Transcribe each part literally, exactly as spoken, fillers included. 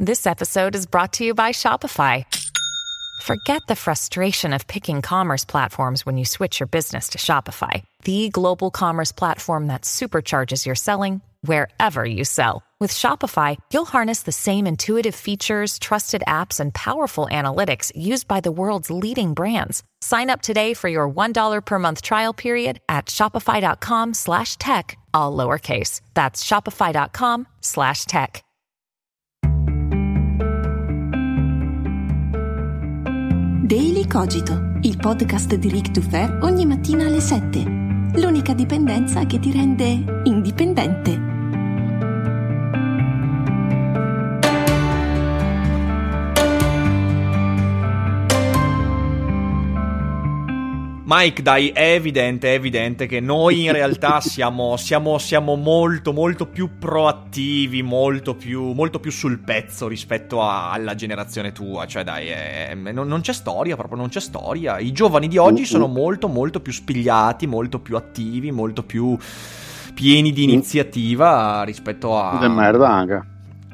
This episode is brought to you by Shopify. Forget the frustration of picking commerce platforms when you switch your business to Shopify, the global commerce platform that supercharges your selling wherever you sell. With Shopify, you'll harness the same intuitive features, trusted apps, and powerful analytics used by the world's leading brands. Sign up today for your one dollar per month trial period at shopify.com slash tech, all lowercase. That's shopify.com slash tech. Daily Cogito, il podcast di Rick Dufer ogni mattina alle sette. L'unica dipendenza che ti rende indipendente. Mike, dai, è evidente, è evidente che noi in realtà siamo, siamo, siamo molto, molto più proattivi, molto più, molto più sul pezzo rispetto a, alla generazione tua. Cioè, dai, è, non, non c'è storia, proprio non c'è storia. I giovani di oggi sono molto, molto più spigliati, molto più attivi, molto più pieni di iniziativa rispetto a... De merda anche.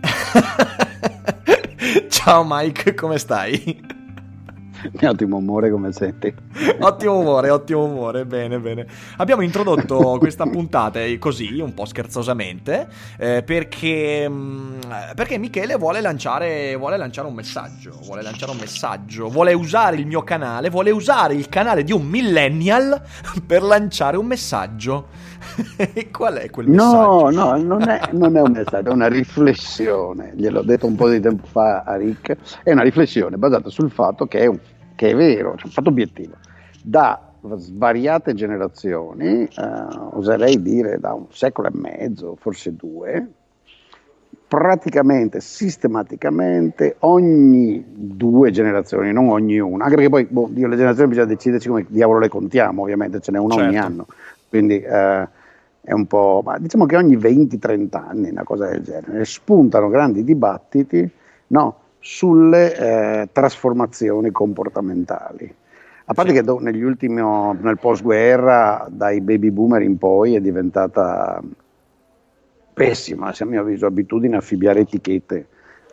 Ciao Mike, come stai? Ottimo umore, come senti. Ottimo umore, ottimo umore, bene, bene. Abbiamo introdotto questa puntata così, un po' scherzosamente, eh, perché, mh, perché Michele vuole lanciare, vuole lanciare un messaggio, vuole lanciare un messaggio, vuole usare il mio canale, vuole usare il canale di un millennial per lanciare un messaggio. E qual è quel messaggio? No, no, non è, non è un messaggio, è una riflessione. Gliel'ho detto un po' di tempo fa a Rick. È una riflessione basata sul fatto che è, un, che è vero, cioè un fatto obiettivo. Da svariate generazioni, eh, oserei dire da un secolo e mezzo, forse due, praticamente, sistematicamente, ogni due generazioni, non ogni una, anche perché poi boh, io, le generazioni bisogna deciderci come diavolo le contiamo, ovviamente ce n'è una certo. ogni anno. Quindi eh, è un po', ma diciamo che ogni venti trenta anni, una cosa del genere, spuntano grandi dibattiti, no, sulle eh, trasformazioni comportamentali. A parte sì. che do, negli ultimi, nel post-guerra, dai baby boomer in poi, è diventata pessima, a mio avviso, abitudine a affibbiare etichette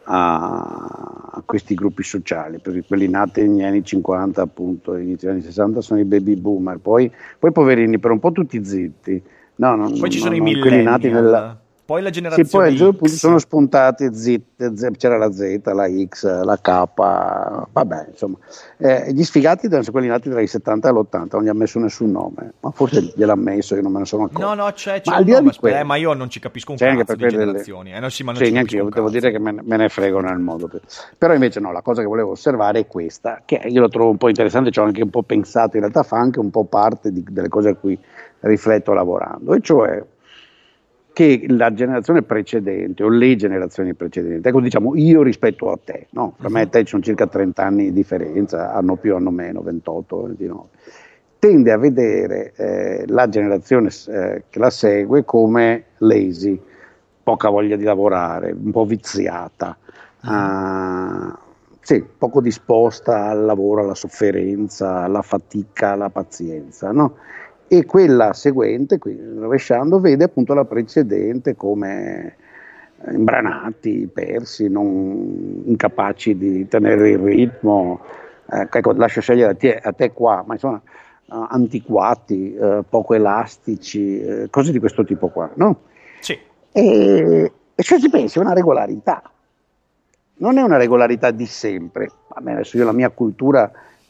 a, a questi gruppi sociali, perché quelli nati negli anni cinquanta, appunto, inizio degli anni sessanta, sono i baby boomer, poi, poi poverini, per un po' tutti zitti. No, non, poi ci non, sono non, i millennial, nella... poi la generazione sì, poi a un certo punto X. sono spuntati Z, Z, c'era la Z, la X, la K, vabbè, insomma. Eh, gli sfigati sono quelli nati tra i settanta e l'ottanta, non gli ha messo nessun nome, ma forse gliel'ha messo, io non me ne sono accorto. No, no, c'è, c'è ma un nome, quello, eh, ma io non ci capisco un cazzo di delle... generazioni. Eh, non si, ma non sì, ci neanche io, devo cazzo. dire che me ne, me ne frego nel modo. Per... Però invece no, la cosa che volevo osservare è questa, che io lo trovo un po' interessante, ci ho anche un po' pensato, in realtà fa anche un po' parte di, delle cose a cui rifletto lavorando, e cioè che la generazione precedente o le generazioni precedenti, ecco, diciamo io rispetto a te, no? Per uh-huh. me e te ci sono circa trenta anni di differenza, hanno più, hanno meno, ventotto, ventinove, tende a vedere eh, la generazione eh, che la segue come lazy, poca voglia di lavorare, un po' viziata, uh-huh. uh, sì, poco disposta al lavoro, alla sofferenza, alla fatica, alla pazienza, no? E quella seguente, qui rovesciando, vede appunto la precedente come imbranati, persi, non incapaci di tenere il ritmo, eh, ecco, lascio scegliere a te, a te qua, ma insomma uh, antiquati, uh, poco elastici, uh, cose di questo tipo qua, no? Sì. E, e se ci pensi è una regolarità, non è una regolarità di sempre. A me adesso io la mia cultura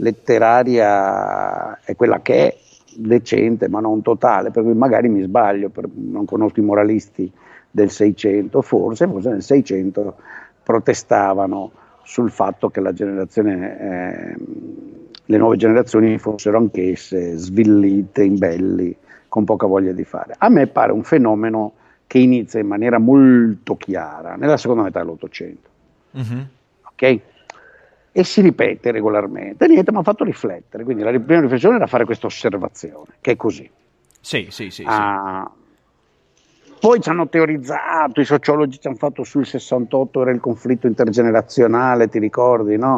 letteraria è quella che è, decente ma non totale, per cui magari mi sbaglio, per, non conosco i moralisti del Seicento, forse, forse nel Seicento protestavano sul fatto che la generazione, eh, le nuove generazioni fossero anch'esse svillite, imbelli, con poca voglia di fare. A me pare un fenomeno che inizia in maniera molto chiara nella seconda metà dell'Ottocento, mm-hmm. ok? E si ripete regolarmente. Niente, mi ha fatto riflettere. Quindi la prima riflessione era fare questa osservazione, che è così. Sì, sì, sì. Ah, sì. Poi ci hanno teorizzato, i sociologi ci hanno fatto sul sessantotto, era il conflitto intergenerazionale, ti ricordi, no?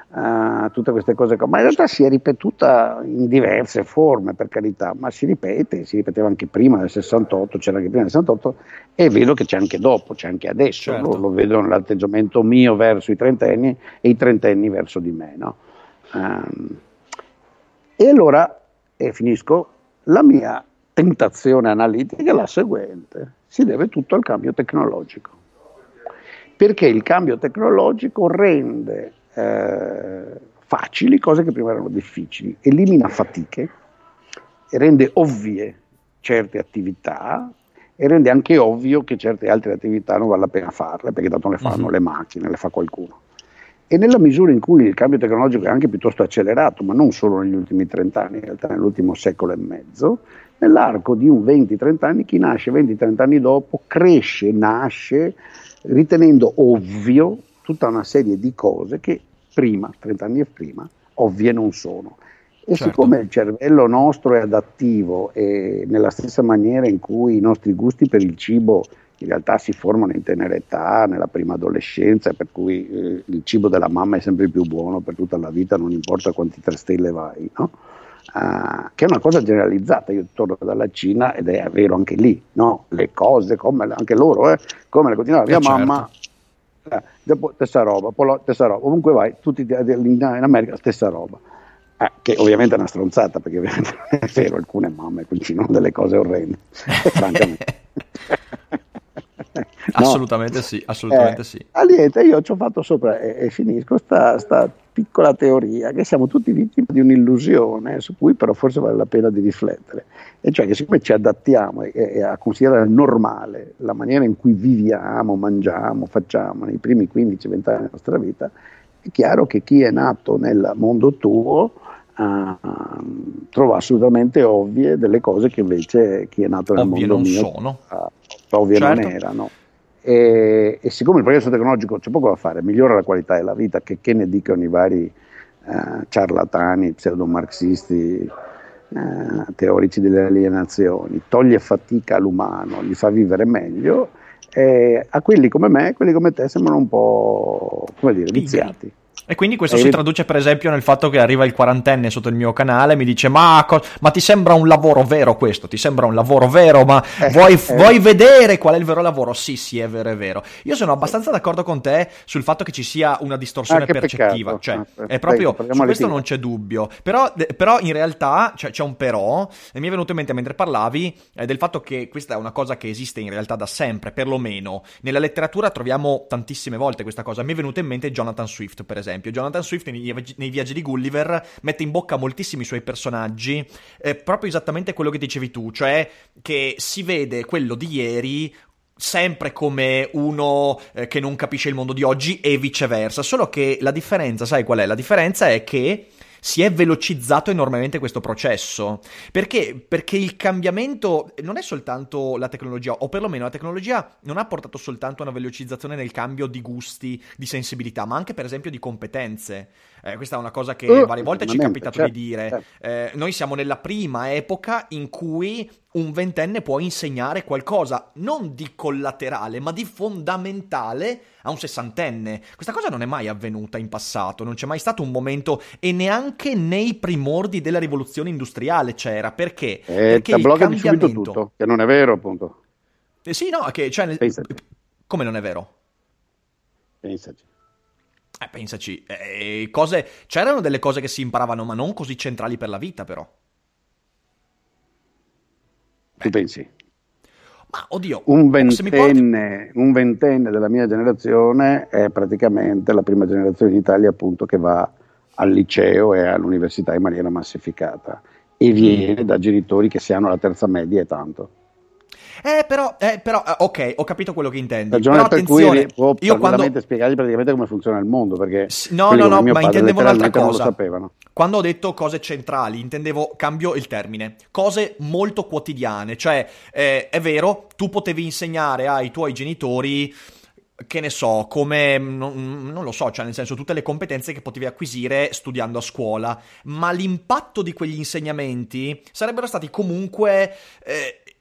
uh, tutte queste cose qua, ma in realtà si è ripetuta in diverse forme, per carità, ma si ripete, si ripeteva anche prima del sessantotto, c'era anche prima del sessantotto e vedo che c'è anche dopo, c'è anche adesso, certo. lo, lo vedo nell'atteggiamento mio verso i trentenni e i trentenni verso di me, no? Um, e allora, e finisco, la mia tentazione analitica è la seguente: si deve tutto al cambio tecnologico, perché il cambio tecnologico rende eh, facili cose che prima erano difficili, elimina fatiche, rende ovvie certe attività e rende anche ovvio che certe altre attività non vale la pena farle, perché tanto le fanno uh-huh. le macchine, le fa qualcuno. E nella misura in cui il cambio tecnologico è anche piuttosto accelerato, ma non solo negli ultimi trent'anni, in realtà nell'ultimo secolo e mezzo, nell'arco di un venti trenta anni, chi nasce venti trenta anni dopo cresce, nasce ritenendo ovvio tutta una serie di cose che prima, trenta anni prima, ovvie non sono. E certo. Siccome il cervello nostro è adattivo e nella stessa maniera in cui i nostri gusti per il cibo in realtà si formano in tenera età, nella prima adolescenza, per cui eh, il cibo della mamma è sempre più buono per tutta la vita, non importa quanti tre stelle vai, no? Uh, che è una cosa generalizzata. Io torno dalla Cina ed è vero anche lì, no? Le cose, come anche loro, eh, come le continuava mia eh mamma, certo. eh, dopo, stessa roba, poi stessa roba, ovunque vai, tutti in America stessa roba. Eh, che ovviamente è una stronzata, perché ovviamente non è vero, alcune mamme cucinano delle cose orrende, francamente. No. Assolutamente sì, assolutamente eh, sì. Aliente, io ci ho fatto sopra e, e finisco sta, sta piccola teoria che siamo tutti vittime di un'illusione su cui però forse vale la pena di riflettere, e cioè che siccome ci adattiamo e, e a considerare normale la maniera in cui viviamo, mangiamo, facciamo nei primi quindici venti anni della nostra vita, è chiaro che chi è nato nel mondo tuo uh, trova assolutamente ovvie delle cose che invece chi è nato nel ovvie mondo non mio sono. Uh, ovvie certo. non erano. E, e siccome il progresso tecnologico c'è poco da fare, migliora la qualità della vita, che, che ne dicono i vari uh, ciarlatani, pseudomarxisti, uh, teorici delle alienazioni, toglie fatica all'umano, gli fa vivere meglio, e a quelli come me, quelli come te sembrano un po', come dire, viziati. E quindi questo e si traduce per esempio nel fatto che arriva il quarantenne sotto il mio canale e mi dice ma, co- ma ti sembra un lavoro vero questo? Ti sembra un lavoro vero? Ma eh, vuoi, eh. vuoi vedere qual è il vero lavoro? Sì, sì, è vero, è vero. Io sono abbastanza d'accordo con te sul fatto che ci sia una distorsione ah, percettiva. Cioè, ah, è proprio, dai, su questo non c'è dubbio. Però, però in realtà cioè, c'è un però, e mi è venuto in mente mentre parlavi eh, del fatto che questa è una cosa che esiste in realtà da sempre, perlomeno. Nella letteratura troviamo tantissime volte questa cosa. Mi è venuto in mente Jonathan Swift, per esempio. Jonathan Swift nei, nei viaggi di Gulliver mette in bocca moltissimi suoi personaggi eh, proprio esattamente quello che dicevi tu, cioè che si vede quello di ieri sempre come uno eh, che non capisce il mondo di oggi e viceversa, solo che la differenza, sai qual è? La differenza è che si è velocizzato enormemente questo processo. Perché? Perché il cambiamento non è soltanto la tecnologia, o perlomeno la tecnologia non ha portato soltanto una velocizzazione nel cambio di gusti, di sensibilità, ma anche per esempio di competenze. Eh, questa è una cosa che uh, varie volte ci è capitato certo, di dire. Certo. Eh, noi siamo nella prima epoca in cui un ventenne può insegnare qualcosa, non di collaterale, ma di fondamentale a un sessantenne. Questa cosa non è mai avvenuta in passato, non c'è mai stato un momento, e neanche nei primordi della rivoluzione industriale c'era. Perché? Eh, Perché il cambiamento... subito tutto, che non è vero, appunto. Eh, sì, no, che... Cioè, come non è vero? Pensaci. Eh, pensaci. Eh, cose... C'erano delle cose che si imparavano, ma non così centrali per la vita, però. Tu pensi? Ma oddio, un ventenne, porti... un ventenne della mia generazione è praticamente la prima generazione in Italia, appunto, che va al liceo e all'università in maniera massificata e viene mm. da genitori che si hanno la terza media e tanto. Eh, però, eh, però, ok, ho capito quello che intendi. Ragione però per attenzione, cui può io quando... spiegargli praticamente come funziona il mondo, perché no, no, no, ma intendevo un'altra cosa. Non lo sapevano. Quando ho detto cose centrali, intendevo, cambio il termine, cose molto quotidiane. Cioè, eh, è vero, tu potevi insegnare ai tuoi genitori, che ne so, come, non, non lo so, cioè nel senso tutte le competenze che potevi acquisire studiando a scuola, ma l'impatto di quegli insegnamenti sarebbero stati comunque... Eh,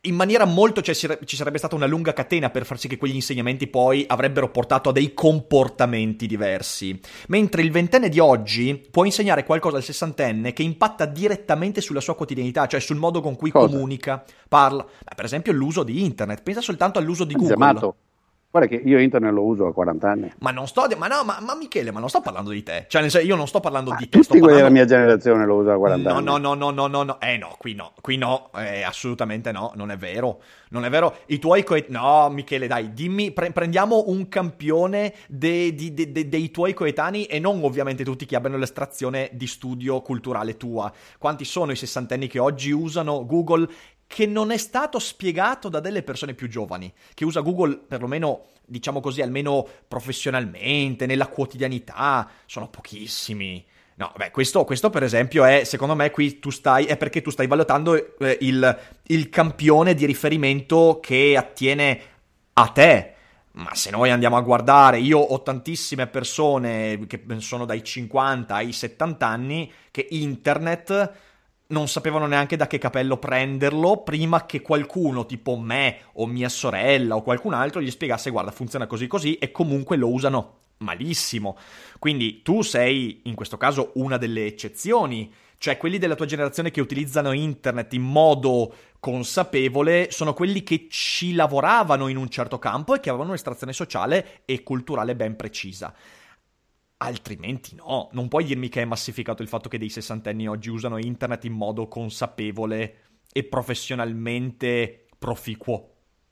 in maniera molto, cioè ci sarebbe stata una lunga catena per far sì che quegli insegnamenti poi avrebbero portato a dei comportamenti diversi, mentre il ventenne di oggi può insegnare qualcosa al sessantenne che impatta direttamente sulla sua quotidianità, cioè sul modo con cui cosa? Comunica, parla. Beh, per esempio l'uso di internet, pensa soltanto all'uso di Google. Amato. Guarda che io internet lo uso a quaranta anni. Ma non sto, ma no, ma, ma Michele, ma non sto parlando di te. Cioè, io non sto parlando ma di te. Tutti sto quelli parlando... della mia generazione lo usano a quaranta no, anni. No, no, no, no, no, no. Eh no, qui no, qui no, eh, assolutamente no, non è vero. Non è vero. I tuoi coetanei... No, Michele, dai, dimmi, pre- prendiamo un campione de, de, de, de, dei tuoi coetanei e non ovviamente tutti che abbiano l'estrazione di studio culturale tua. Quanti sono i sessantenni che oggi usano Google che non è stato spiegato da delle persone più giovani, che usa Google perlomeno, diciamo così, almeno professionalmente, nella quotidianità? Sono pochissimi. No, beh, questo, questo per esempio è, secondo me, qui tu stai, è perché tu stai valutando eh, il, il campione di riferimento che attiene a te. Ma se noi andiamo a guardare, io ho tantissime persone che sono dai cinquanta ai settanta anni che internet non sapevano neanche da che capello prenderlo prima che qualcuno tipo me o mia sorella o qualcun altro gli spiegasse guarda funziona così così, e comunque lo usano malissimo. Quindi tu sei in questo caso una delle eccezioni, cioè quelli della tua generazione che utilizzano internet in modo consapevole sono quelli che ci lavoravano in un certo campo e che avevano un'estrazione sociale e culturale ben precisa. Altrimenti no, non puoi dirmi che è massificato il fatto che dei sessantenni oggi usano internet in modo consapevole e professionalmente proficuo.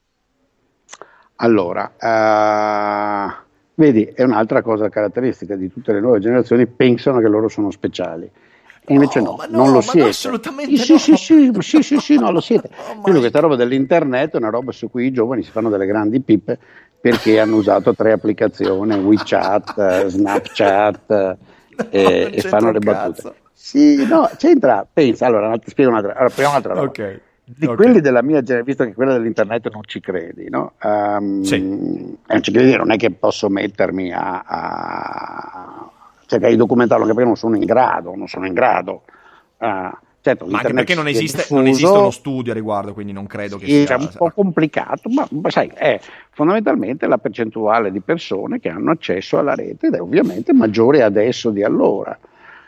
Allora, uh, vedi, è un'altra cosa caratteristica di tutte le nuove generazioni, pensano che loro sono speciali. E invece no, no, no non lo ma siete. No, assolutamente sì, no. Sì, sì, sì, sì, sì, no, lo siete. Oh, Quindi questa roba dell'internet è una roba su cui i giovani si fanno delle grandi pippe perché hanno usato tre applicazioni, WeChat, Snapchat, no, e, e fanno le battute. Cazzo. Sì, no, c'entra, pensa, allora ti spiego un'altra, allora, prima un'altra roba. Okay. Di okay. quelli della mia generazione, visto che quella dell'internet non ci credi, no? Um, sì. E non ci credi, non è che posso mettermi a, a cercare di documentarlo, anche perché non sono in grado, non sono in grado. Uh, certo, ma anche perché non esiste, diffuso, non esiste uno studio a riguardo, quindi non credo che sì, sia... È un po' complicato, ma, ma sai, è fondamentalmente la percentuale di persone che hanno accesso alla rete ed è ovviamente maggiore adesso di allora.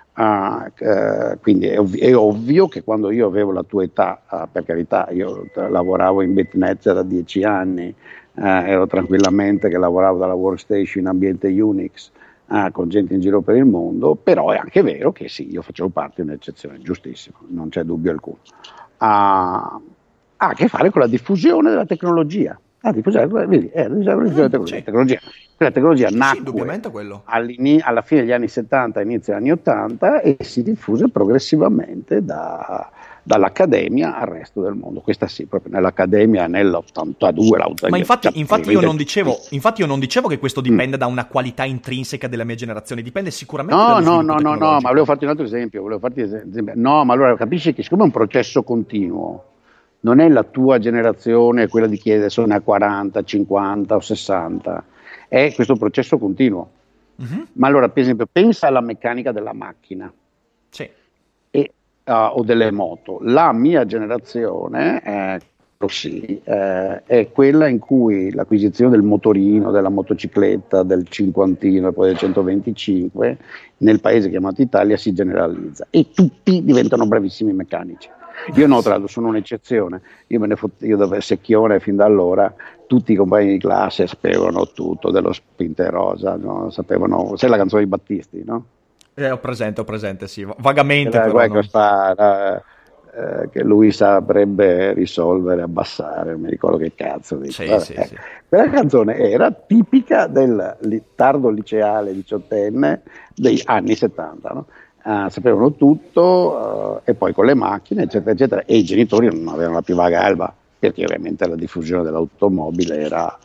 Uh, uh, quindi è, ov- è ovvio che quando io avevo la tua età, uh, per carità, io t- lavoravo in BitNet da dieci anni, uh, ero tranquillamente che lavoravo dalla workstation in ambiente Unix, uh, con gente in giro per il mondo, però è anche vero che sì, io facevo parte di un'eccezione, giustissimo, non c'è dubbio alcuno. Uh, ha a che fare con la diffusione della tecnologia. Ah, diffusione, vedi, eh, la tecnologia, sì. tecnologia. La tecnologia sì, nacque sì, quello. alla fine degli anni settanta, inizio degli anni ottanta e si diffuse progressivamente da, dall'accademia al resto del mondo. Questa sì, proprio nell'accademia nell'ottantadue. Ma infatti, infatti, io non dicevo, infatti io non dicevo che questo dipende mm. da una qualità intrinseca della mia generazione, dipende sicuramente no, dallo no, sviluppo no, no, no, ma volevo farti un altro esempio, volevo farti esempio. No, ma allora capisci che siccome è un processo continuo, non è la tua generazione quella di chi adesso ne ha quaranta, cinquanta o sessanta, è questo processo continuo. Mm-hmm. Ma allora, per esempio, pensa alla meccanica della macchina. Sì. E, uh, o delle moto. La mia generazione, eh, sì, eh, è quella in cui l'acquisizione del motorino, della motocicletta, del cinquantino e poi del centoventicinque nel paese chiamato Italia si generalizza e tutti diventano bravissimi meccanici. Io no, tra l'altro sono un'eccezione, io me ne fot- io da secchione fin da allora, tutti i compagni di classe sapevano tutto dello Spinte Rosa, no? Sapevano, sai la canzone di Battisti, no? Eh, ho presente, ho presente, sì, vagamente. Era, però non... che, fa, eh, che lui saprebbe risolvere, abbassare, mi ricordo che cazzo dico. Sì, Vabbè, sì, eh. sì. Quella canzone era tipica del li, tardo liceale diciottenne degli anni settanta, no? Uh, sapevano tutto uh, e poi con le macchine eccetera eccetera e i genitori non avevano la più vaga alba perché ovviamente la diffusione dell'automobile era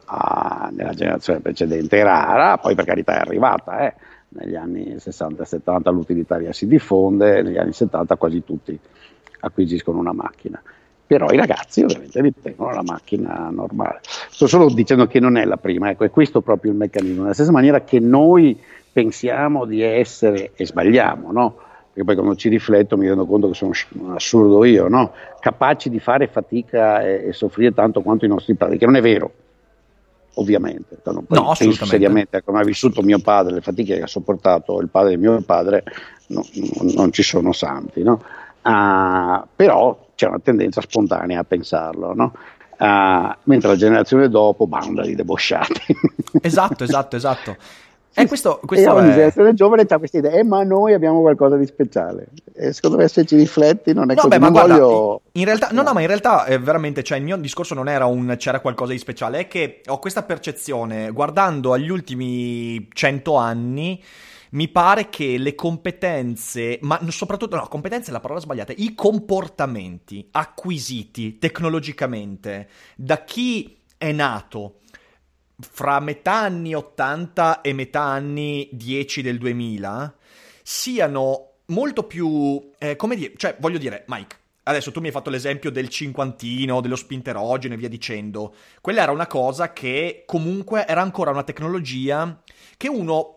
uh, nella generazione precedente rara, poi per carità è arrivata eh. Negli anni sessanta e settanta l'utilitaria si diffonde, negli anni settanta quasi tutti acquisiscono una macchina, però i ragazzi ovviamente ritengono la macchina normale. Sto solo dicendo che non è la prima, ecco, è questo proprio il meccanismo, nella stessa maniera che noi pensiamo di essere, e sbagliamo, no? perché poi quando ci rifletto mi rendo conto che sono un assurdo io, no? Capaci di fare fatica e, e soffrire tanto quanto i nostri padri, che non è vero, ovviamente. No, no, penso seriamente a come ha vissuto mio padre, le fatiche che ha sopportato il padre di mio padre, no, non, non ci sono santi, no? Uh, però c'è una tendenza spontanea a pensarlo, no? Uh, mentre la generazione dopo banda di debosciati. Esatto, esatto, esatto. E questo, questo e ogni è... generazione giovane ha questa idea, eh, ma noi abbiamo qualcosa di speciale. E secondo me, se ci rifletti, non è no, così. Beh, ma non guarda, voglio... in realtà, no, no, ma in realtà eh, veramente, cioè, il mio discorso non era un c'era qualcosa di speciale, è che ho questa percezione, guardando agli ultimi cento anni, mi pare che le competenze, ma soprattutto, no, competenze è la parola sbagliata, i comportamenti acquisiti tecnologicamente da chi è nato fra metà anni ottanta e metà anni dieci del duemila siano molto più, eh, come dire, cioè voglio dire, Mike, adesso tu mi hai fatto l'esempio del cinquantino, dello spinterogeno e via dicendo, quella era una cosa che comunque era ancora una tecnologia che uno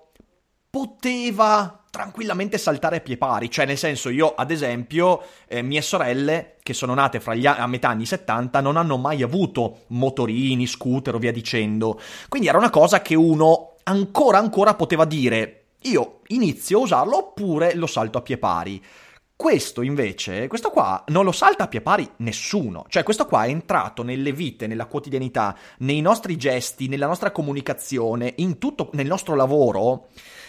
poteva tranquillamente saltare a pie pari, cioè nel senso io ad esempio eh, mie sorelle che sono nate fra gli a metà anni settanta non hanno mai avuto motorini, scooter o via dicendo, quindi era una cosa che uno ancora ancora poteva dire io inizio a usarlo oppure lo salto a pie pari. Questo invece, questo qua non lo salta a pie pari nessuno, cioè questo qua è entrato nelle vite, nella quotidianità, nei nostri gesti, nella nostra comunicazione, in tutto, nel nostro lavoro,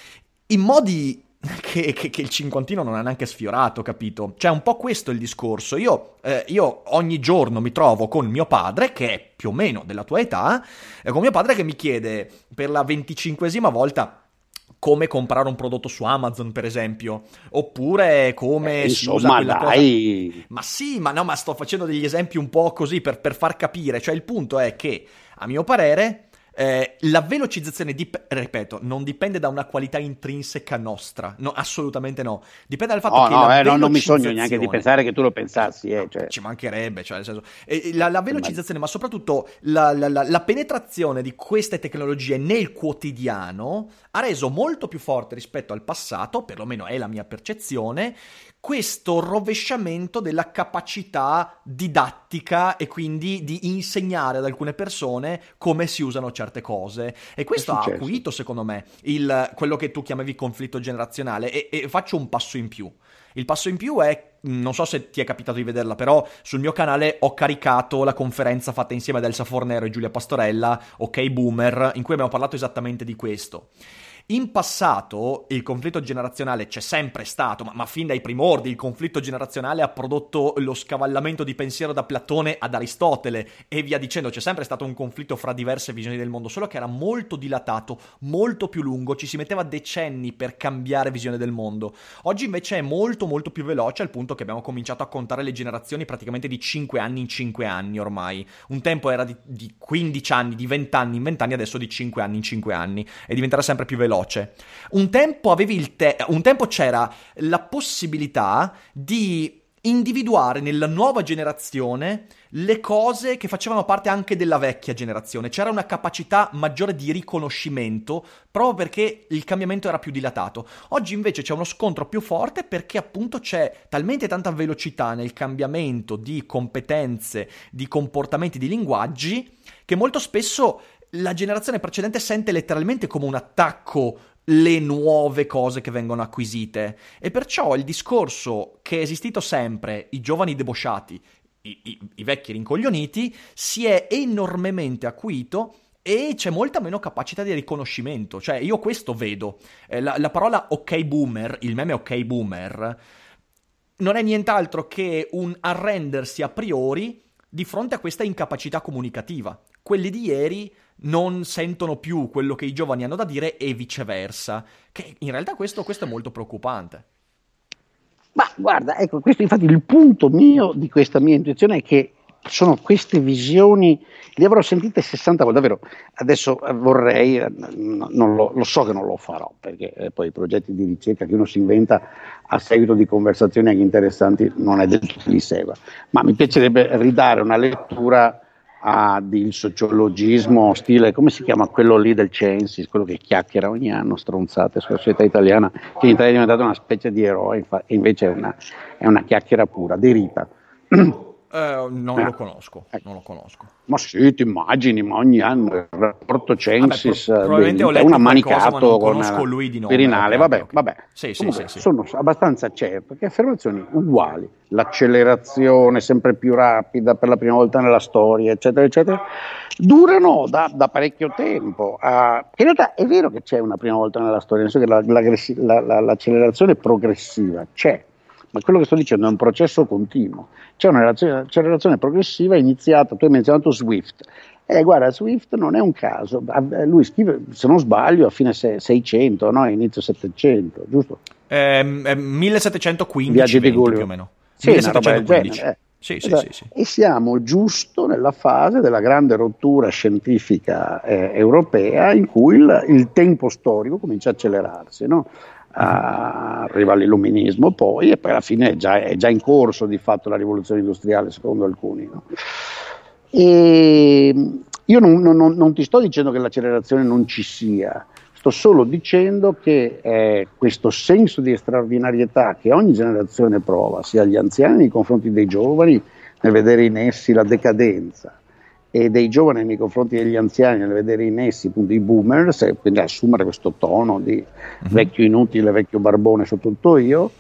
in modi che, che, che il cinquantino non ha neanche sfiorato, capito? Cioè un po' questo è il discorso. Io, eh, io ogni giorno mi trovo con mio padre, che è più o meno della tua età, e con mio padre che mi chiede per la venticinquesima volta come comprare un prodotto su Amazon, per esempio, oppure come eh, si insomma, usa quella dai. cosa. Ma sì, ma no, ma sto facendo degli esempi un po' così per, per far capire. Cioè il punto è che, a mio parere, Eh, la velocizzazione, dip- ripeto, non dipende da una qualità intrinseca nostra, no, assolutamente no, dipende dal fatto no, che no, la eh, no, non mi velocizzazione... sogno neanche di pensare che tu lo pensassi, eh, cioè. Ci mancherebbe, cioè nel senso, eh, la, la velocizzazione, ma soprattutto la, la, la, la penetrazione di queste tecnologie nel quotidiano ha reso molto più forte rispetto al passato, perlomeno è la mia percezione, questo rovesciamento della capacità didattica e quindi di insegnare ad alcune persone come si usano certe cose. E questo ha acuito, secondo me, il, quello che tu chiamavi conflitto generazionale. E, e faccio un passo in più. Il passo in più è, non so se ti è capitato di vederla, però sul mio canale ho caricato la conferenza fatta insieme ad Elsa Fornero e Giulia Pastorella, Ok Boomer, in cui abbiamo parlato esattamente di questo. In passato il conflitto generazionale c'è sempre stato, ma, ma fin dai primordi il conflitto generazionale ha prodotto lo scavallamento di pensiero da Platone ad Aristotele e via dicendo, c'è sempre stato un conflitto fra diverse visioni del mondo, solo che era molto dilatato, molto più lungo, ci si metteva decenni per cambiare visione del mondo. Oggi invece è molto molto più veloce, al punto che abbiamo cominciato a contare le generazioni praticamente di cinque anni in cinque anni ormai. Un tempo era di, di quindici anni, di venti anni in venti anni, adesso di cinque anni in cinque anni e diventerà sempre più veloce. Un tempo avevi il te- un tempo c'era la possibilità di individuare nella nuova generazione le cose che facevano parte anche della vecchia generazione. C'era una capacità maggiore di riconoscimento proprio perché il cambiamento era più dilatato. Oggi invece c'è uno scontro più forte perché appunto c'è talmente tanta velocità nel cambiamento di competenze, di comportamenti, di linguaggi, che molto spesso la generazione precedente sente letteralmente come un attacco le nuove cose che vengono acquisite, e perciò il discorso che è esistito sempre, i giovani debosciati, i, i, i vecchi rincoglioniti, si è enormemente acuito e c'è molta meno capacità di riconoscimento. Cioè io questo vedo, eh, la, la parola ok boomer, il meme ok boomer, non è nient'altro che un arrendersi a priori di fronte a questa incapacità comunicativa. Quelli di ieri non sentono più quello che i giovani hanno da dire e viceversa, che in realtà questo, questo è molto preoccupante. Ma guarda, ecco, questo infatti il punto mio di questa mia intuizione è che sono queste visioni, le avrò sentite sessanta volte, davvero, adesso vorrei, non lo, lo so che non lo farò, perché eh, poi i progetti di ricerca che uno si inventa a seguito di conversazioni anche interessanti non è del tutto li segua, ma mi piacerebbe ridare una lettura a il sociologismo stile, come si chiama quello lì del Censis, quello che chiacchiera ogni anno stronzate sulla società italiana, che in Italia è diventata una specie di eroe, e invece è una, è una chiacchiera pura, derita. Eh, non eh. lo conosco, non lo conosco. Ma sì, ti immagini, ma ogni anno il rapporto Censis, Vabbè, pro- probabilmente ho letto una qualcosa, manicato ma non con conosco lui di nome. Quirinale, Okay, vabbè, okay. vabbè. Sì, sì, Comunque, sì, sì. sono abbastanza certo che affermazioni uguali, l'accelerazione sempre più rapida per la prima volta nella storia, eccetera, eccetera, durano da, da parecchio tempo. Uh, in realtà è vero che c'è una prima volta nella storia, nel senso che la, la, la, l'accelerazione progressiva c'è, ma quello che sto dicendo è un processo continuo. C'è un'accelerazione progressiva iniziata, tu hai menzionato Swift. Eh, guarda, Swift non è un caso, lui scrive, se non sbaglio, a fine seicento, no? Inizio settecento, giusto? Eh, millesettecentoquindici Viaggi di venti, Giulio. più o meno. Sì, una roba del millesettecentoquindici. genere, eh. Sì, sì, Esatto. sì, sì. E siamo giusto nella fase della grande rottura scientifica eh, europea in cui il, il tempo storico comincia a accelerarsi, no? Uh, arriva l'illuminismo poi e poi alla fine è già, è già in corso di fatto la rivoluzione industriale secondo alcuni, no? E io non, non, non ti sto dicendo che l'accelerazione non ci sia, sto solo dicendo che eh, questo senso di straordinarietà che ogni generazione prova, sia gli anziani nei confronti dei giovani nel vedere in essi la decadenza e dei giovani nei confronti degli anziani nel vedere in essi appunto i boomers, e quindi assumere questo tono di uh-huh. vecchio inutile, vecchio barbone, so tutto io,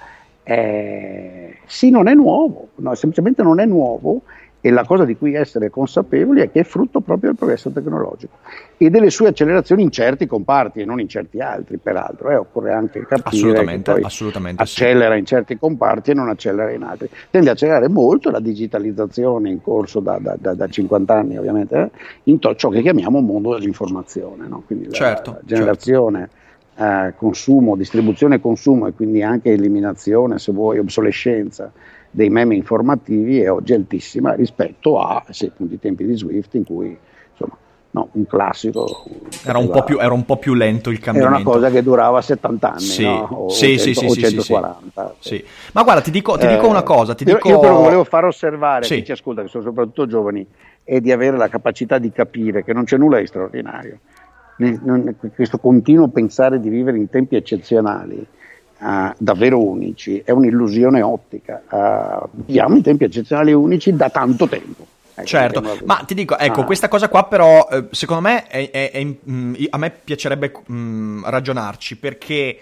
eh, sì, non è nuovo, no, semplicemente non è nuovo, e la cosa di cui essere consapevoli è che è frutto proprio del progresso tecnologico e delle sue accelerazioni in certi comparti e non in certi altri, peraltro, eh, occorre anche capire assolutamente, che poi assolutamente accelera sì. in certi comparti e non accelera in altri. Tende a accelerare molto la digitalizzazione in corso da, da, da, da cinquanta anni, ovviamente, eh, in to- ciò che chiamiamo mondo dell'informazione, no? Quindi la, certo, la generazione, certo. eh, consumo, distribuzione e consumo, e quindi anche eliminazione, se vuoi, obsolescenza dei meme informativi è oggi altissima rispetto a sì, appunto, i tempi di Swift, in cui insomma no, un classico era un, po più, era un po' più lento il cambiamento, era una cosa che durava settanta anni, sì. no? o, sì, cento, sì, o sì, centoquaranta sì, sì. Ma guarda, ti dico, ti dico eh, una cosa ti io, dico... io quello che volevo far osservare sì. a chi ci ascolta, che sono soprattutto giovani, è di avere la capacità di capire che non c'è nulla di straordinario, non, questo continuo pensare di vivere in tempi eccezionali, Uh, davvero unici, è un'illusione ottica. Uh, viviamo in tempi eccezionali e unici da tanto tempo. Ecco, certo, ma ti dico, ecco, ah. questa cosa qua però, eh, secondo me, è, è, è, mh, a me piacerebbe mh, ragionarci, perché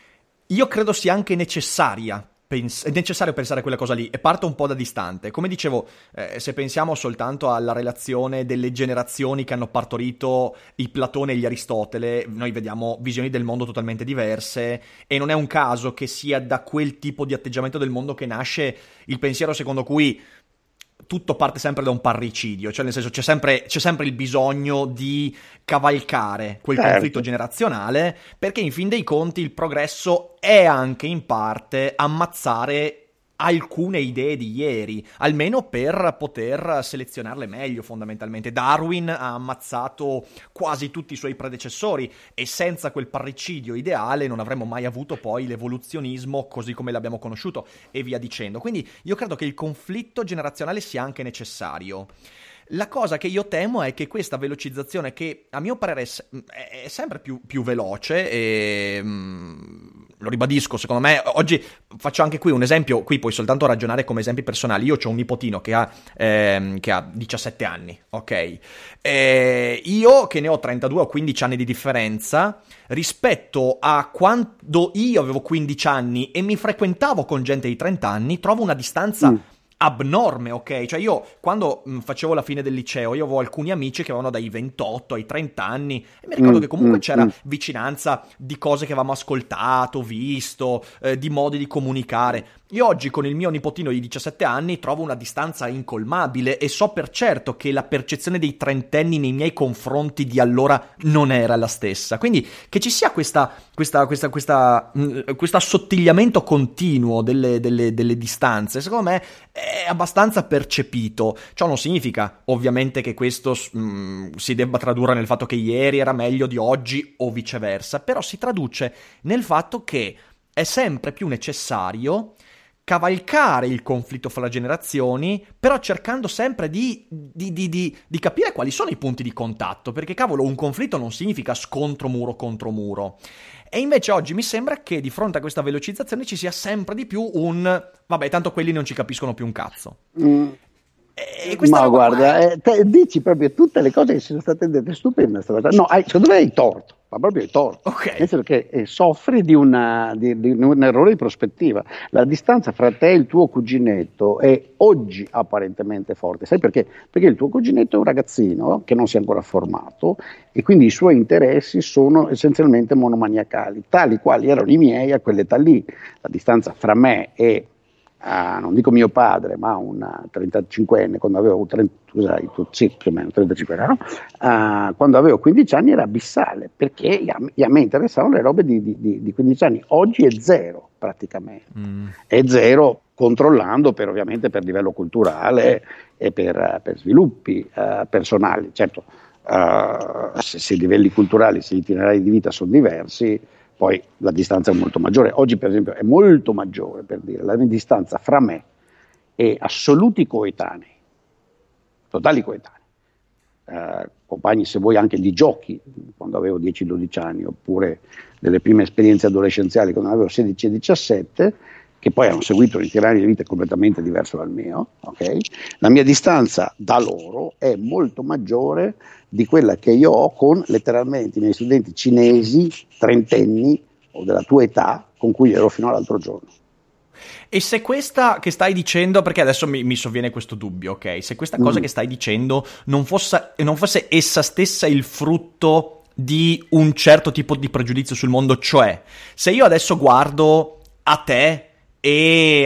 io credo sia anche necessaria. Pens- è necessario pensare a quella cosa lì, e parto un po' da distante. Come dicevo, eh, se pensiamo soltanto alla relazione delle generazioni che hanno partorito i Platone e gli Aristotele, noi vediamo visioni del mondo totalmente diverse, e non è un caso che sia da quel tipo di atteggiamento del mondo che nasce il pensiero secondo cui tutto parte sempre da un parricidio, cioè nel senso c'è sempre, c'è sempre il bisogno di cavalcare quel certo. conflitto generazionale, perché in fin dei conti il progresso è anche in parte ammazzare alcune idee di ieri, almeno per poter selezionarle meglio fondamentalmente. Darwin ha ammazzato quasi tutti i suoi predecessori, e senza quel parricidio ideale non avremmo mai avuto poi l'evoluzionismo così come l'abbiamo conosciuto, e via dicendo. Quindi io credo che il conflitto generazionale sia anche necessario. La cosa che io temo è che questa velocizzazione, che a mio parere è sempre più, più veloce, e mh, lo ribadisco, secondo me, oggi faccio anche qui un esempio, qui puoi soltanto ragionare come esempi personali. Io ho un nipotino che ha, ehm, che ha diciassette anni, ok? E io che ne ho trentadue, ho quindici anni di differenza, rispetto a quando io avevo quindici anni e mi frequentavo con gente di trenta anni, trovo una distanza... Mm. abnorme, ok? Cioè io quando mh, facevo la fine del liceo, io avevo alcuni amici che avevano dai ventotto ai trenta anni, e mi ricordo mm, che comunque mm, c'era mm. vicinanza di cose che avevamo ascoltato, visto, eh, di modi di comunicare. Io oggi con il mio nipotino di diciassette anni trovo una distanza incolmabile, e so per certo che la percezione dei trentenni nei miei confronti di allora non era la stessa. Quindi che ci sia questa questa questa questa mh, questo assottigliamento continuo delle, delle, delle distanze, secondo me è abbastanza percepito. Ciò non significa ovviamente che questo mh, si debba tradurre nel fatto che ieri era meglio di oggi o viceversa, però si traduce nel fatto che è sempre più necessario cavalcare il conflitto fra le generazioni, però cercando sempre di, di, di, di, di capire quali sono i punti di contatto, perché cavolo, un conflitto non significa scontro muro contro muro. E invece oggi mi sembra che di fronte a questa velocizzazione ci sia sempre di più un vabbè, tanto quelli non ci capiscono più un cazzo. Mm. E ma guarda, eh, te, dici proprio tutte le cose che sono state dette, stupenda sta cosa. No, hai, secondo me hai torto, ma proprio hai torto. Okay. Nel senso che eh, soffri di, una, di, di un errore di prospettiva. La distanza fra te e il tuo cuginetto è oggi apparentemente forte. Sai perché? Perché il tuo cuginetto è un ragazzino che non si è ancora formato e quindi i suoi interessi sono essenzialmente monomaniacali, tali quali erano i miei a quell'età lì. La distanza fra me e Uh, non dico mio padre, ma un trentacinquenne, quando avevo trenta, scusai, tu, sì, più o meno trentacinque no? uh, quando avevo quindici anni era abissale, perché a, a me interessavano le robe di, di, di quindici anni. Oggi è zero praticamente, mm. è zero controllando per, ovviamente per livello culturale e per, per sviluppi uh, personali. Certo, uh, se, se i livelli culturali, se gli itinerari di vita sono diversi, poi la distanza è molto maggiore. Oggi per esempio è molto maggiore, per dire, la distanza fra me e assoluti coetanei, totali coetanei, eh, compagni se vuoi anche di giochi, quando avevo dieci dodici anni, oppure delle prime esperienze adolescenziali quando avevo sedici e diciassette, che poi hanno seguito un itinerario di vita completamente diverso dal mio, okay? La mia distanza da loro è molto maggiore di quella che io ho con letteralmente i miei studenti cinesi, trentenni o della tua età, con cui ero fino all'altro giorno. E se questa che stai dicendo, perché adesso mi, mi sovviene questo dubbio, ok? Se questa cosa mm. che stai dicendo non fosse, non fosse essa stessa il frutto di un certo tipo di pregiudizio sul mondo, cioè se io adesso guardo a te e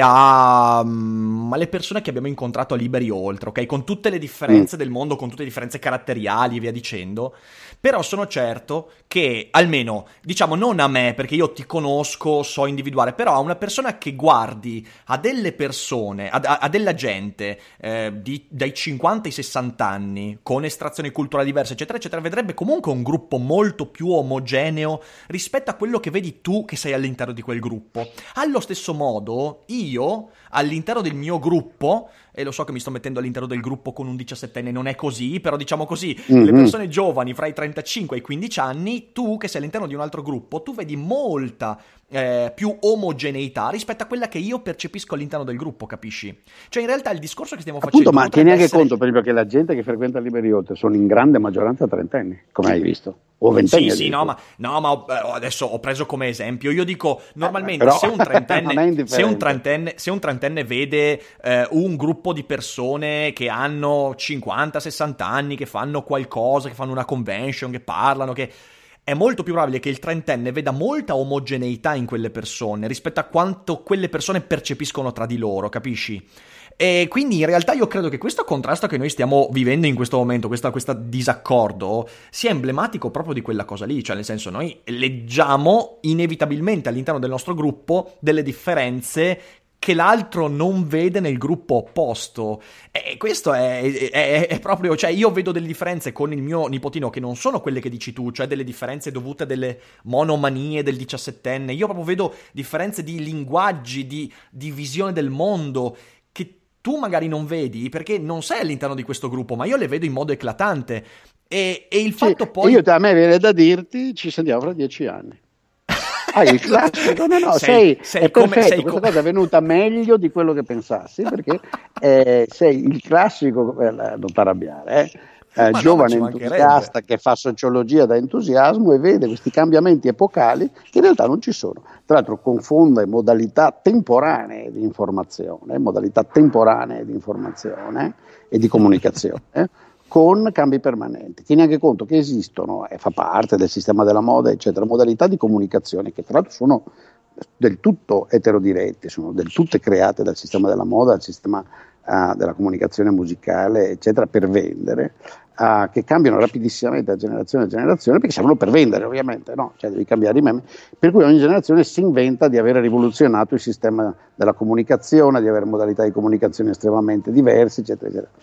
a um, alle persone che abbiamo incontrato a Liberi Oltre, ok? Con tutte le differenze mm. del mondo, con tutte le differenze caratteriali e via dicendo, però sono certo che, almeno, diciamo non a me, perché io ti conosco, so individuare, però a una persona che guardi a delle persone, a, a, a della gente eh, di, dai cinquanta ai sessanta anni, con estrazioni culturali diverse, eccetera, eccetera, vedrebbe comunque un gruppo molto più omogeneo rispetto a quello che vedi tu che sei all'interno di quel gruppo. Allo stesso modo, io, all'interno del mio gruppo, e lo so che mi sto mettendo all'interno del gruppo con un diciassettenne, non è così, però diciamo così, mm-hmm. le persone giovani fra i trentacinque e i quindici anni, tu che sei all'interno di un altro gruppo, tu vedi molta eh, più omogeneità rispetto a quella che io percepisco all'interno del gruppo, capisci? Cioè in realtà il discorso che stiamo facendo... Appunto, ma tieni anche essere... conto, per esempio, che la gente che frequenta Liberi Oltre sono in grande maggioranza trentenni, come hai visto. O ventenni. Sì, sì, no, ma, no, ma adesso ho preso come esempio. Io dico, normalmente, eh, però, se, un trentenne, se, un trentenne, se un trentenne vede eh, un gruppo di persone che hanno cinquanta sessanta anni, che fanno qualcosa, che fanno una convention, che parlano, che... è molto più probabile che il trentenne veda molta omogeneità in quelle persone rispetto a quanto quelle persone percepiscono tra di loro, capisci? E quindi in realtà io credo che questo contrasto che noi stiamo vivendo in questo momento, questo disaccordo, sia emblematico proprio di quella cosa lì, cioè nel senso noi leggiamo inevitabilmente all'interno del nostro gruppo delle differenze che l'altro non vede nel gruppo opposto, e questo è, è, è proprio, cioè io vedo delle differenze con il mio nipotino che non sono quelle che dici tu, cioè delle differenze dovute a delle monomanie del diciassettenne, io proprio vedo differenze di linguaggi, di, di visione del mondo, che tu magari non vedi perché non sei all'interno di questo gruppo, ma io le vedo in modo eclatante, e, e il fatto sì, poi... Io a me viene da dirti, ci sentiamo fra dieci anni. Ah, il classico, no, no, sei, sei, sei è come, perfetto, sei questa come... cosa è venuta meglio di quello che pensassi, perché eh, sei il classico, eh, non t'arrabbiare, eh, eh, giovane no, entusiasta che fa sociologia da entusiasmo e vede questi cambiamenti epocali che in realtà non ci sono. Tra l'altro confonde modalità temporanee di informazione, modalità temporanee di informazione e di comunicazione, con cambi permanenti. Tieni anche conto che esistono, e fa parte del sistema della moda, eccetera, modalità di comunicazione che tra l'altro sono del tutto eterodiretti, sono del tutto create dal sistema della moda, dal sistema uh, della comunicazione musicale, eccetera, per vendere, uh, che cambiano rapidissimamente da generazione a generazione, perché servono per vendere, ovviamente, no? Cioè devi cambiare i meme, per cui ogni generazione si inventa di aver rivoluzionato il sistema della comunicazione, di avere modalità di comunicazione estremamente diverse, eccetera, eccetera.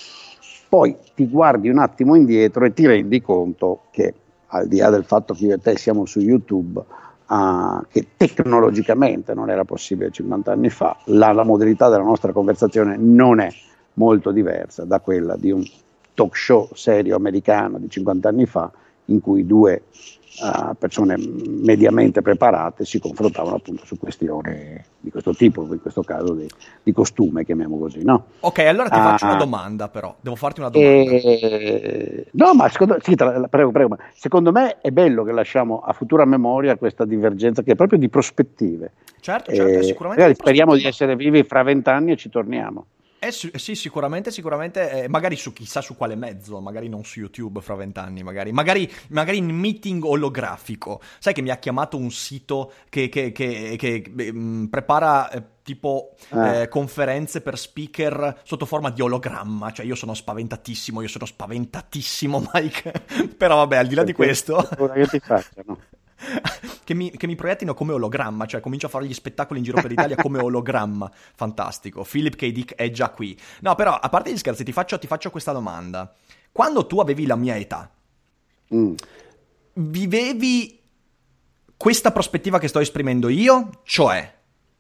Poi ti guardi un attimo indietro e ti rendi conto che, al di là del fatto che io e te siamo su YouTube, uh, che tecnologicamente non era possibile cinquanta anni fa. La, la modalità della nostra conversazione non è molto diversa da quella di un talk show serio americano di cinquanta anni fa, in cui due uh, persone mediamente preparate si confrontavano appunto su questioni di questo tipo, in questo caso di, di costume, chiamiamo così, no? Ok, allora ti uh, faccio una domanda, però devo farti una domanda. Eh, no, ma secondo, sì, tra, prego, prego, ma secondo me è bello che lasciamo a futura memoria questa divergenza che è proprio di prospettive. Certo, certo, eh, sicuramente. Speriamo di essere vivi fra vent'anni e ci torniamo. Eh sì, sì, sicuramente, sicuramente, eh, magari su chissà su quale mezzo, magari non su YouTube fra vent'anni, magari, magari, magari in meeting olografico. Sai che mi ha chiamato un sito che, che, che, che mh, prepara eh, tipo eh. Eh, conferenze per speaker sotto forma di ologramma, cioè io sono spaventatissimo, io sono spaventatissimo, Mike, però vabbè, al di là Perché di questo... Io ti faccio, no? Che mi, che mi proiettino come ologramma, cioè comincio a fare gli spettacoli in giro per l'Italia come ologramma. Fantastico. Philip K. Dick è già qui. No, però, a parte gli scherzi, ti faccio, ti faccio questa domanda. Quando tu avevi la mia età, mm. vivevi questa prospettiva che sto esprimendo io? Cioè?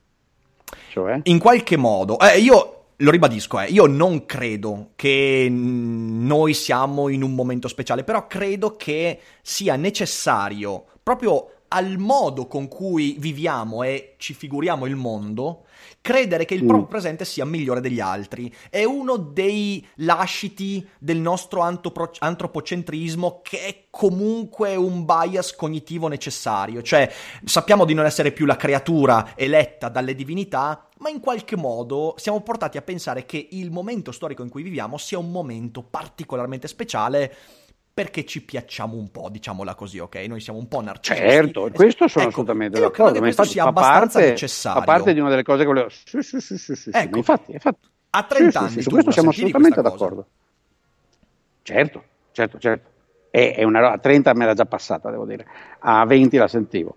Cioè? In qualche modo... Eh, io... Lo ribadisco, eh, io non credo che noi siamo in un momento speciale, però credo che sia necessario, proprio al modo con cui viviamo e ci figuriamo il mondo, credere che il proprio presente sia migliore degli altri. È uno dei lasciti del nostro antropro- antropocentrismo che è comunque un bias cognitivo necessario. Cioè, sappiamo di non essere più la creatura eletta dalle divinità, ma in qualche modo siamo portati a pensare che il momento storico in cui viviamo sia un momento particolarmente speciale perché ci piacciamo un po', diciamola così, ok? Noi siamo un po' narcisisti. Certo, questo sono ecco, assolutamente d'accordo. Io credo che ma questo infatti sia fa abbastanza parte, necessario. Fa parte di una delle cose che volevo... Sì, sì, sì, sì, sì, ecco, ma infatti, infatti. A trenta sì, anni sì, sì, su tu questo siamo sentivi assolutamente questa d'accordo. Cosa? Certo, certo, certo. È, è una, a trenta me l'ha già passata, devo dire. A venti la sentivo.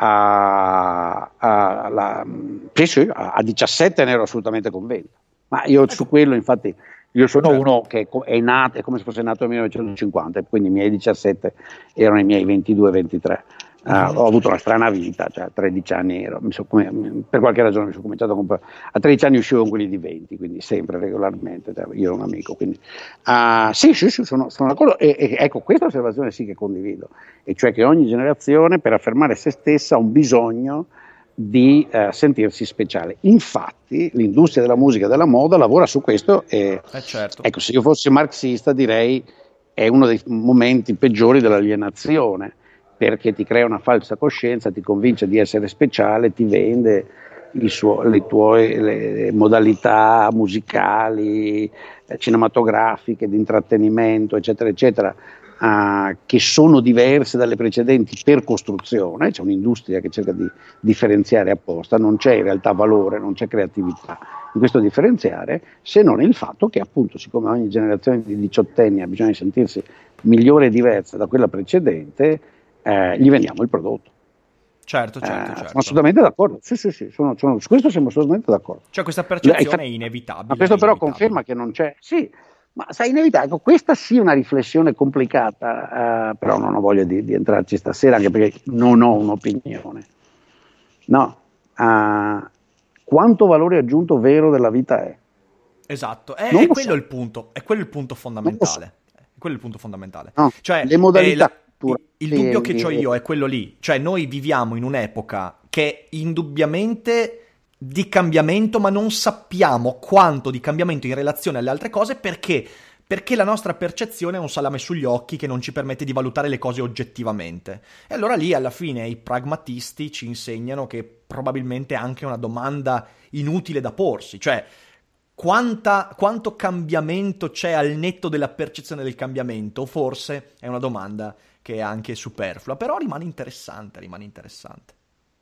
A, a, la, sì, sì, a diciassette ne ero assolutamente convinto. Ma io ecco. Su quello, infatti... Io sono certo. uno che è nato, è come se fosse nato nel millenovecentocinquanta, quindi i miei diciassette erano i miei ventidue ventitré. Uh, uh-huh. Ho avuto una strana vita, cioè a tredici anni ero, mi so, per qualche ragione mi sono cominciato a comprare, a tredici anni uscivo con quelli di venti, quindi sempre regolarmente, cioè, io ero un amico, quindi uh, sì, sì, sì, sono, sono d'accordo, e, e ecco, questa osservazione sì che condivido, e cioè che ogni generazione per affermare se stessa ha un bisogno di eh, sentirsi speciale. Infatti l'industria della musica e della moda lavora su questo e eh certo. Ecco, se io fossi marxista direi è uno dei momenti peggiori dell'alienazione, perché ti crea una falsa coscienza, ti convince di essere speciale, ti vende il suo, le tue le modalità musicali, eh, cinematografiche, di intrattenimento, eccetera, eccetera, Uh, che sono diverse dalle precedenti per costruzione. C'è un'industria che cerca di differenziare apposta, non c'è in realtà valore, non c'è creatività in questo differenziare, se non il fatto che appunto siccome ogni generazione di diciottenni ha bisogno di sentirsi migliore e diversa da quella precedente, eh, gli vendiamo il prodotto. Certo, certo, eh, certo. Sono assolutamente d'accordo, sì, sì, sì, sono, sono, su questo siamo assolutamente d'accordo. Cioè questa percezione è inevitabile. Ma questo però inevitabile. Conferma che non c'è, sì, ma sai, inevitabile, questa sì è una riflessione complicata, eh, però non ho voglia di, di entrarci stasera, anche perché non ho un'opinione. No, uh, quanto valore aggiunto vero della vita è? Esatto, è, è quello so. il punto, è quello il punto fondamentale. So. È quello il punto fondamentale. No, cioè, le modalità. La, il il sì, dubbio che ho io è quello lì, cioè noi viviamo in un'epoca che indubbiamente di cambiamento, ma non sappiamo quanto di cambiamento in relazione alle altre cose perché perché la nostra percezione è un salame sugli occhi che non ci permette di valutare le cose oggettivamente. E allora lì alla fine i pragmatisti ci insegnano che probabilmente è anche una domanda inutile da porsi, cioè quanta, quanto cambiamento c'è al netto della percezione del cambiamento, forse è una domanda che è anche superflua, però rimane interessante, rimane interessante.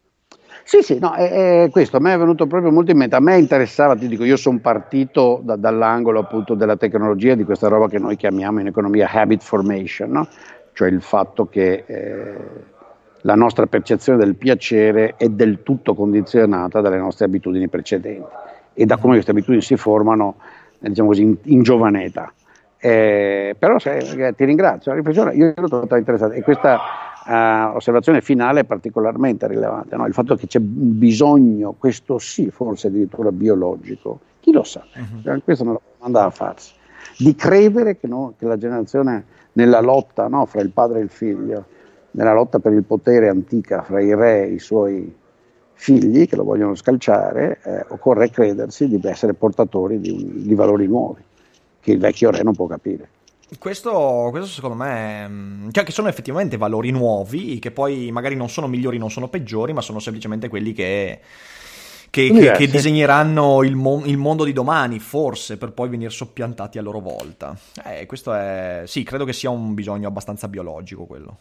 Sì, sì, no, è, è questo a me è venuto proprio molto in mente. A me interessava, ti dico, io sono partito da, dall'angolo appunto della tecnologia, di questa roba che noi chiamiamo in economia habit formation, no? Cioè il fatto che eh, la nostra percezione del piacere è del tutto condizionata dalle nostre abitudini precedenti e da come queste abitudini si formano, diciamo così, in, in giovane età. Eh, però se, ti ringrazio, la riflessione io ero totalmente interessato e questa uh, osservazione finale particolarmente rilevante, no? Il fatto che c'è bisogno, questo sì, forse addirittura biologico, chi lo sa, uh-huh. Questa è una domanda da farsi, di credere che, no, che la generazione nella lotta, no, fra il padre e il figlio, nella lotta per il potere antica fra i re e i suoi figli che lo vogliono scalciare, eh, occorre credersi di essere portatori di, un, di valori nuovi che il vecchio re non può capire. Questo, questo secondo me, cioè che sono effettivamente valori nuovi, che poi magari non sono migliori, non sono peggiori, ma sono semplicemente quelli che, che, che, che disegneranno il, mo- il mondo di domani, forse, per poi venire soppiantati a loro volta. Eh, questo è, sì, credo che sia un bisogno abbastanza biologico quello.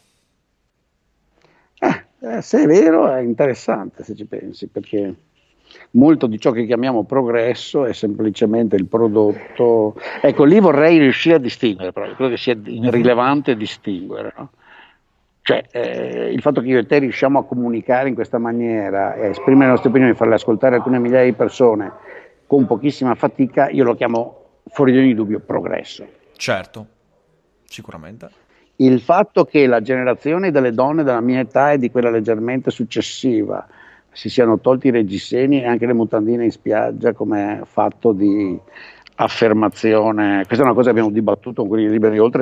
Eh, eh, se è vero è interessante se ci pensi, perché molto di ciò che chiamiamo progresso è semplicemente il prodotto. Ecco, lì vorrei riuscire a distinguere, però credo che sia rilevante distinguere, no? Cioè eh, il fatto che io e te riusciamo a comunicare in questa maniera e a esprimere le nostre opinioni, farle ascoltare alcune migliaia di persone con pochissima fatica, io lo chiamo fuori di ogni dubbio progresso. Certo, sicuramente. Il fatto che la generazione delle donne della mia età e di quella leggermente successiva si siano tolti i reggiseni e anche le mutandine in spiaggia come fatto di affermazione, questa è una cosa che abbiamo dibattuto con quelli liberi oltre,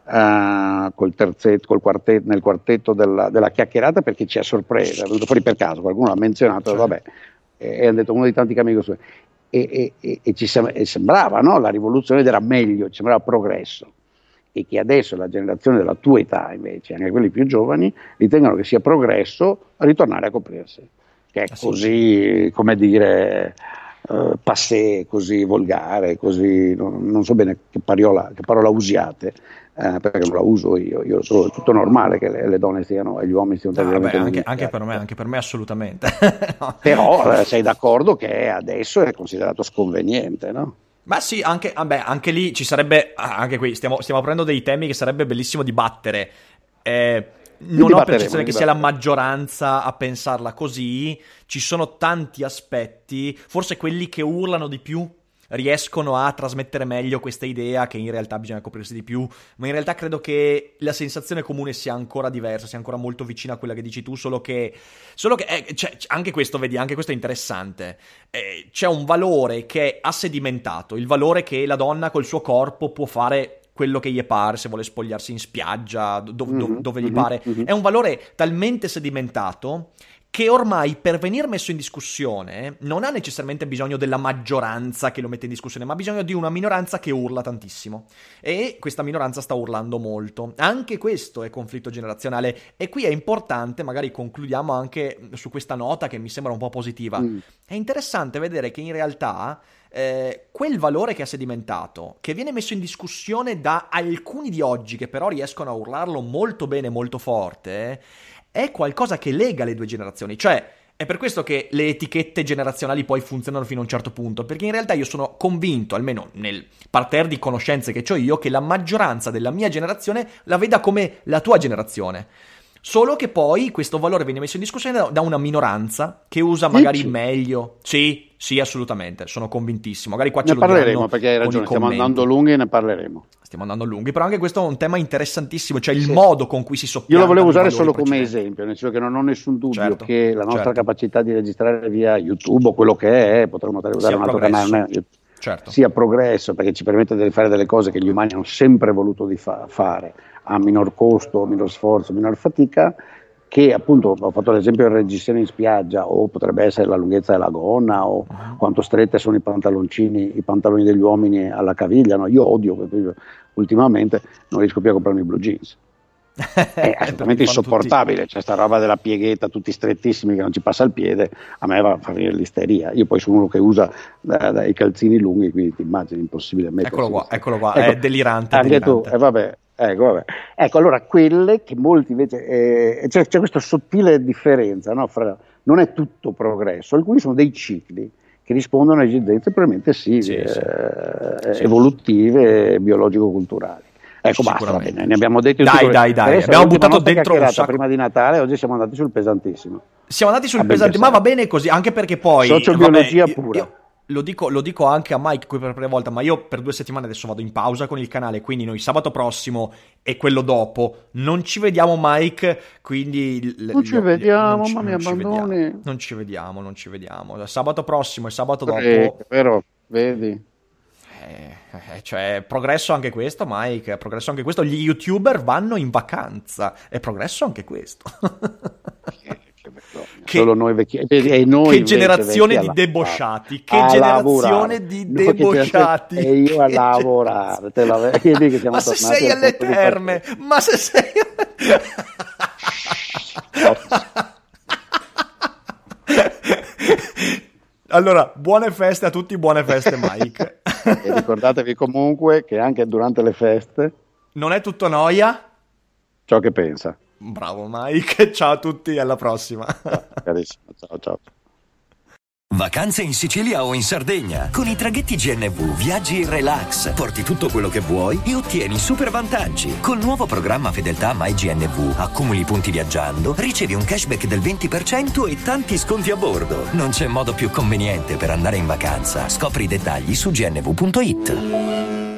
uh, col terzetto, col quartetto, nel quartetto della, della chiacchierata, perché ci è sorpresa, è venuto fuori per caso, qualcuno l'ha menzionato, cioè. Vabbè, e ha detto uno dei tanti cambi suoi, e, e, e, e ci sem- e sembrava, no? La rivoluzione era meglio, ci sembrava progresso. E che adesso la generazione della tua età invece, anche quelli più giovani, ritengono che sia progresso ritornare a coprirsi, che è ah, così, sì. Come dire, uh, passé, così volgare, così, non, non so bene che parola, che parola usiate, uh, perché non la uso io, io lo trovo tutto normale che le, le donne stiano e gli uomini stiano no, vabbè, anche, anche per me, anche per me assolutamente. No. Però eh, sei d'accordo che adesso è considerato sconveniente, no? Ma sì, anche, vabbè, anche lì ci sarebbe, anche qui stiamo, stiamo aprendo dei temi che sarebbe bellissimo dibattere. Eh, non ho percezione che sia la maggioranza a pensarla così, ci sono tanti aspetti, forse quelli che urlano di più riescono a trasmettere meglio questa idea che in realtà bisogna coprirsi di più, ma in realtà credo che la sensazione comune sia ancora diversa, sia ancora molto vicina a quella che dici tu, solo che, solo che eh, cioè, anche questo, vedi, anche questo è interessante, eh, c'è un valore che è assedimentato, il valore che la donna col suo corpo può fare quello che gli pare, se vuole spogliarsi in spiaggia, do- do- mm-hmm, dove gli mm-hmm, pare, mm-hmm. È un valore talmente sedimentato che ormai per venir messo in discussione non ha necessariamente bisogno della maggioranza che lo mette in discussione, ma ha bisogno di una minoranza che urla tantissimo. E questa minoranza sta urlando molto. Anche questo è conflitto generazionale. E qui è importante, magari concludiamo anche su questa nota che mi sembra un po' positiva. Mm. È interessante vedere che in realtà eh, quel valore che ha sedimentato, che viene messo in discussione da alcuni di oggi, che però riescono a urlarlo molto bene, molto forte, è qualcosa che lega le due generazioni, cioè è per questo che le etichette generazionali poi funzionano fino a un certo punto, perché in realtà io sono convinto, almeno nel parterre di conoscenze che ho io, che la maggioranza della mia generazione la veda come la tua generazione. Solo che poi questo valore viene messo in discussione da una minoranza che usa magari Dici. meglio. Sì, sì, assolutamente, sono convintissimo. Magari qua ce ne lo parleremo, perché hai ragione, stiamo andando lunghi e ne parleremo. Stiamo andando lunghi, però anche questo è un tema interessantissimo, cioè il sì. modo con cui si soppianta. Io lo volevo usare solo come esempio, nel senso che non ho nessun dubbio certo, che la nostra certo. capacità di registrare via YouTube o quello che è, potremmo usare sia un altro progresso. canale, certo. sia progresso, perché ci permette di fare delle cose che gli umani hanno sempre voluto di fa- fare a minor costo, minor sforzo, minor fatica, che appunto ho fatto l'esempio del reggiseno in spiaggia, o potrebbe essere la lunghezza della gonna, o uh-huh. quanto strette sono i pantaloncini, i pantaloni degli uomini alla caviglia, no? Io odio, perché ultimamente non riesco più a comprarmi i blue jeans. È assolutamente insopportabile, c'è sta roba della pieghetta tutti strettissimi che non ci passa il piede, a me va a fa venire l'isteria. Io poi sono uno che usa da, da, i calzini lunghi, quindi ti immagini impossibile mettersi. Eccolo qua, eccolo qua, ecco, è delirante, anche delirante. tu, eh, vabbè, ecco, vabbè. Ecco, allora quelle che molti invece eh, c'è, c'è questa sottile differenza, no? Fra, non è tutto progresso, alcuni sono dei cicli che rispondono a esigenze probabilmente sì, sì, eh, sì. evolutive, biologico-culturali. Ecco, basta, bene, ne abbiamo detto dai, dai, dai, adesso abbiamo buttato dentro un sacco. Prima di Natale, oggi siamo andati sul pesantissimo. Siamo andati sul pesantissimo, ma va bene così, anche perché poi sociobiologia vabbè, pura. Io, Lo dico, lo dico anche a Mike qui per la prima volta, ma io per due settimane adesso vado in pausa con il canale, quindi noi sabato prossimo e quello dopo non ci vediamo, Mike, quindi... Non ci vediamo, ma mi abbandoni. Non ci vediamo, non ci vediamo. Sabato prossimo e sabato dopo... Eh, però, vedi... Eh, cioè, progresso anche questo, Mike, progresso anche questo. Gli YouTuber vanno in vacanza, è progresso anche questo. Che, solo noi vecchi, e noi che generazione di debosciati, che generazione di debosciati, e io a lavorare, te la vedi che siamo ma se sei alle terme, ma se sei allora, buone feste a tutti, buone feste, Mike. E ricordatevi comunque che anche durante le feste non è tutto noia ciò che pensa. Bravo Mike, ciao a tutti, alla prossima. Carissimo, ciao ciao. Vacanze in Sicilia o in Sardegna. Con i traghetti G N V viaggi in relax, porti tutto quello che vuoi e ottieni super vantaggi. Col nuovo programma Fedeltà MyGNV accumuli punti viaggiando, ricevi un cashback del venti per cento e tanti sconti a bordo. Non c'è modo più conveniente per andare in vacanza. Scopri i dettagli su gnv punto it.